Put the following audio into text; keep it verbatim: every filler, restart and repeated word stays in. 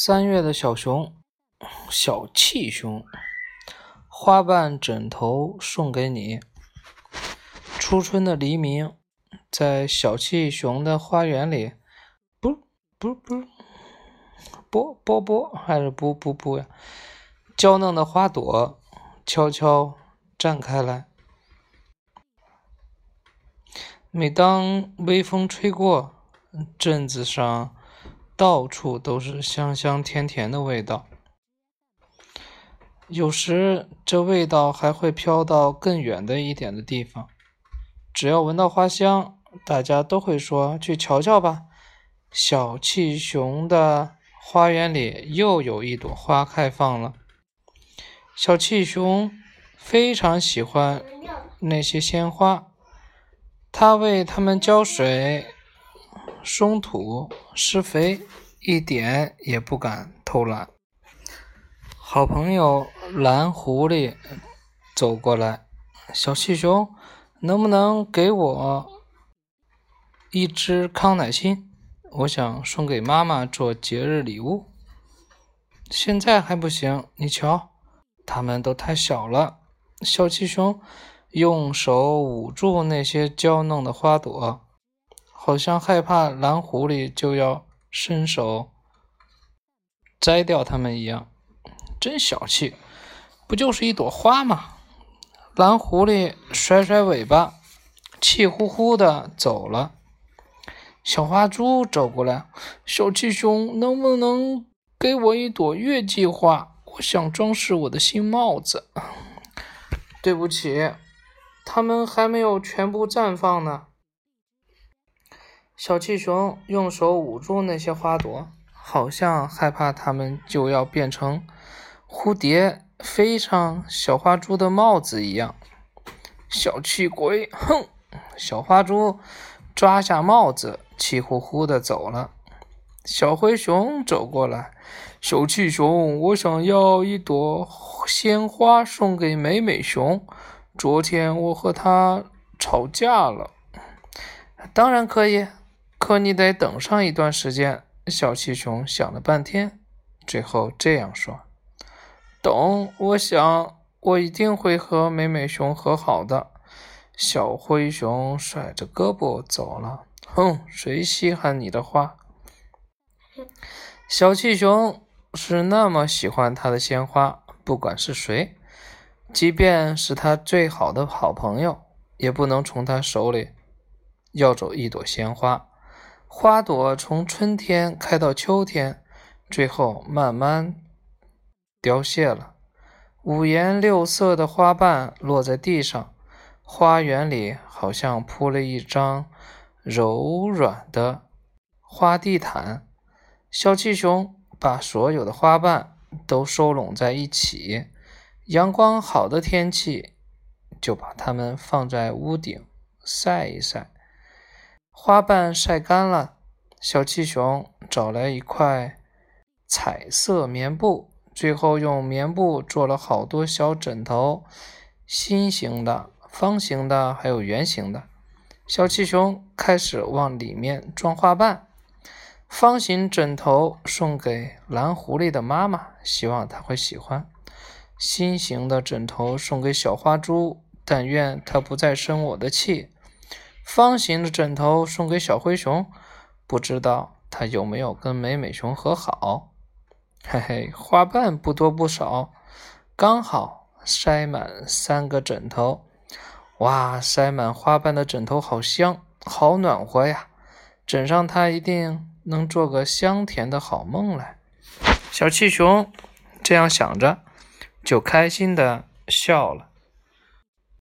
三月的小熊，小气熊，花瓣枕头送给你。初春的黎明，在小气熊的花园里，不不不，啵啵啵，还是不不不呀？娇嫩的花朵悄悄绽开来。每当微风吹过，镇子上到处都是香香甜甜的味道，有时这味道还会飘到更远的一点的地方。只要闻到花香，大家都会说去瞧瞧吧，小气熊的花园里又有一朵花开放了。小气熊非常喜欢那些鲜花，它为它们浇水、松土、施肥，一点也不敢偷懒。好朋友蓝狐狸走过来，小气熊，能不能给我一只康乃馨？我想送给妈妈做节日礼物。现在还不行，你瞧，它们都太小了。小气熊用手捂住那些娇嫩的花朵，好像害怕蓝狐狸就要伸手摘掉它们一样。真小气，不就是一朵花吗？蓝狐狸甩甩尾巴，气呼呼地走了。小花猪走过来，小气熊，能不能给我一朵月季花？我想装饰我的新帽子。对不起，它们还没有全部绽放呢。小气熊用手捂住那些花朵，好像害怕它们就要变成蝴蝶飞上小花猪的帽子一样。小气鬼，哼！小花猪抓下帽子，气呼呼地走了。小灰熊走过来，小气熊，我想要一朵鲜花送给美美熊。昨天我和他吵架了。当然可以，可你得等上一段时间。小气熊想了半天，最后这样说：等，我想我一定会和美美熊和好的。小灰熊甩着胳膊走了。哼，谁稀罕你的花？小气熊是那么喜欢他的鲜花，不管是谁，即便是他最好的好朋友，也不能从他手里要走一朵鲜花。花朵从春天开到秋天，最后慢慢凋谢了。五颜六色的花瓣落在地上，花园里好像铺了一张柔软的花地毯。小气熊把所有的花瓣都收拢在一起，阳光好的天气就把它们放在屋顶晒一晒。花瓣晒干了，小气熊找来一块彩色棉布，最后用棉布做了好多小枕头，心形的、方形的，还有圆形的。小气熊开始往里面装花瓣。方形枕头送给蓝狐狸的妈妈，希望她会喜欢。心形的枕头送给小花猪，但愿她不再生我的气。方形的枕头送给小灰熊，不知道他有没有跟美美熊和好。嘿嘿，花瓣不多不少，刚好塞满三个枕头。哇，塞满花瓣的枕头好香，好暖和呀！枕上它一定能做个香甜的好梦来。小气熊这样想着，就开心地笑了。